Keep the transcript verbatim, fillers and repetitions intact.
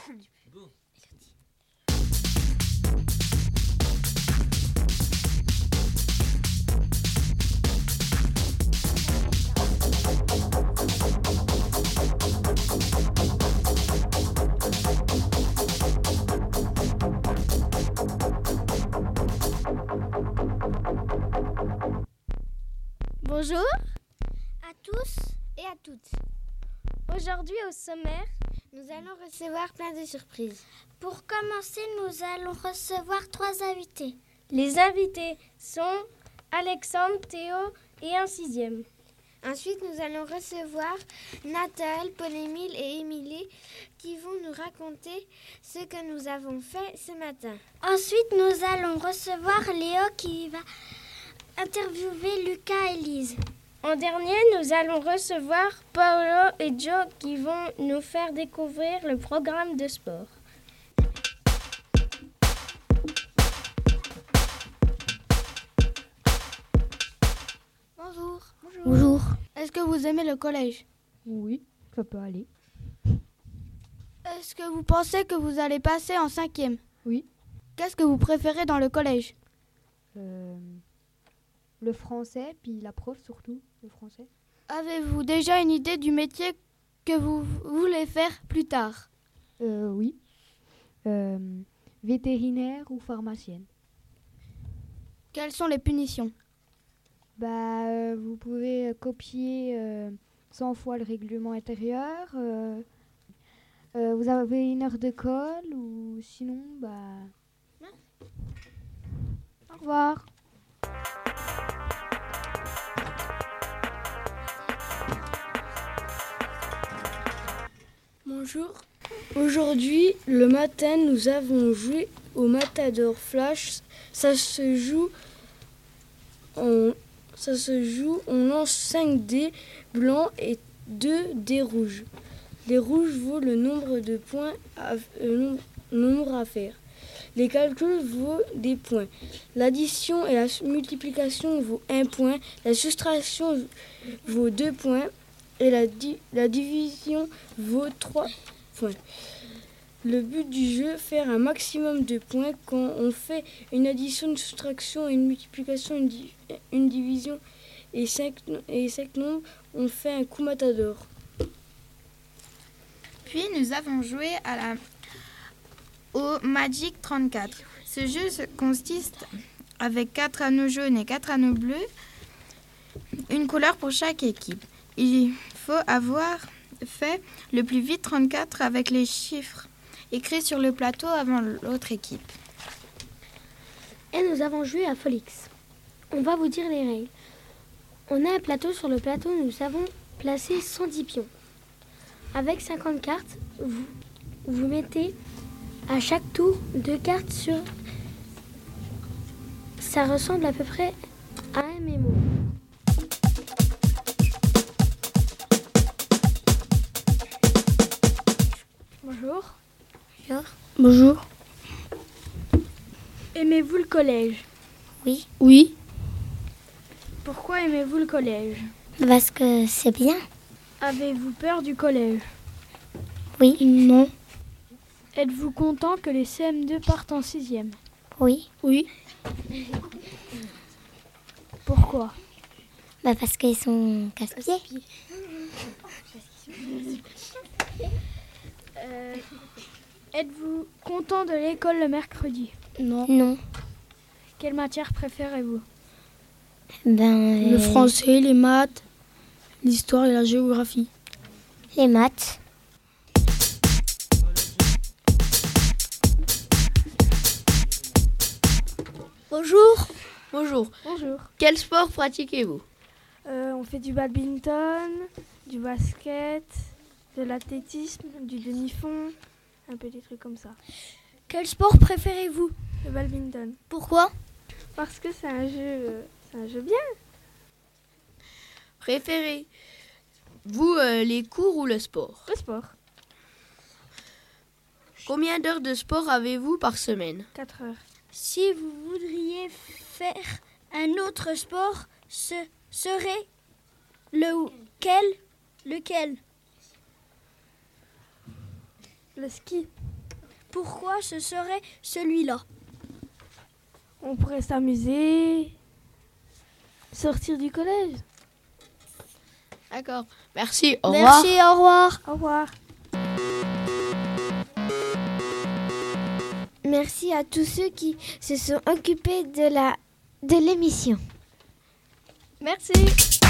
Bon. Bonjour à tous et à toutes. Aujourd'hui au sommaire, nous allons recevoir plein de surprises. Pour commencer, nous allons recevoir trois invités. Les invités sont Alexandre, Théo et un sixième. Ensuite, nous allons recevoir Nathalie, Paul-Émile et Émilie qui vont nous raconter ce que nous avons fait ce matin. Ensuite, nous allons recevoir Léo qui va interviewer Lucas et Lise. En dernier, nous allons recevoir Paolo et Joe qui vont nous faire découvrir le programme de sport. Bonjour. Bonjour. Bonjour. Est-ce que vous aimez le collège ? Oui, ça peut aller. Est-ce que vous pensez que vous allez passer en cinquième ? Oui. Qu'est-ce que vous préférez dans le collège ? euh, Le français, puis la prof surtout, le français. Avez-vous déjà une idée du métier que vous voulez faire plus tard ? euh, Oui. Euh, vétérinaire ou pharmacienne. Quelles sont les punitions ? Bah, euh, vous pouvez copier euh, cent fois le règlement intérieur. Euh, euh, vous avez une heure de colle ou sinon, bah... Au revoir. Bonjour. Aujourd'hui, le matin, nous avons joué au Matador Flash. Ça se joue en, ça se joue, on lance cinq dés blancs et deux dés rouges. Les rouges vaut le nombre de points à, euh, nombre à faire. Les calculs vaut des points. L'addition et la multiplication vaut un point. La soustraction vaut deux points. Et la, di- la division vaut trois points. Le but du jeu, faire un maximum de points quand on fait une addition, une soustraction, une multiplication, une, di- une division et cinq, et cinq nombres, on fait un coup matador. Puis nous avons joué à la, au Magic trente-quatre. Ce jeu se consiste avec quatre anneaux jaunes et quatre anneaux bleus, une couleur pour chaque équipe. Il faut avoir fait le plus vite trente-quatre avec les chiffres écrits sur le plateau avant l'autre équipe. Et nous avons joué à Folix. On va vous dire les règles. On a un plateau. Sur le plateau, nous avons placé cent dix pions. Avec cinquante cartes, vous, vous mettez à chaque tour deux cartes sur... Ça ressemble à peu près à un mémo. Bonjour. Bonjour. Bonjour. Aimez-vous le collège ? Oui. Oui. Pourquoi aimez-vous le collège ? Parce que c'est bien. Avez-vous peur du collège ? Oui. Non. Êtes-vous content que les C M deux partent en sixième ? Oui. Oui. Pourquoi ? Bah parce qu'ils sont casse-pieds. Euh, êtes-vous content de l'école le mercredi ? Non. Non. Quelle matière préférez-vous ? Ben, Le euh, français, les maths, l'histoire et la géographie. Les maths. Bonjour. Bonjour. Bonjour. Quel sport pratiquez-vous ? Euh, on fait du badminton, du basket, de l'athlétisme, du demi-fond, un peu des trucs comme ça. Quel sport préférez-vous ? Le badminton. Pourquoi ? Parce que c'est un jeu, euh, c'est un jeu bien. Préférez-vous euh, les cours ou le sport ? Le sport. Combien d'heures de sport avez-vous par semaine ? quatre heures. Si vous voudriez faire un autre sport, ce serait lequel ? Lequel ? Le ski. pourquoi ce serait celui-là? On pourrait s'amuser, sortir du collège. D'accord. Merci. Au revoir. Merci, au revoir. Au revoir. Merci à tous ceux qui se sont occupés de la de l'émission. Merci.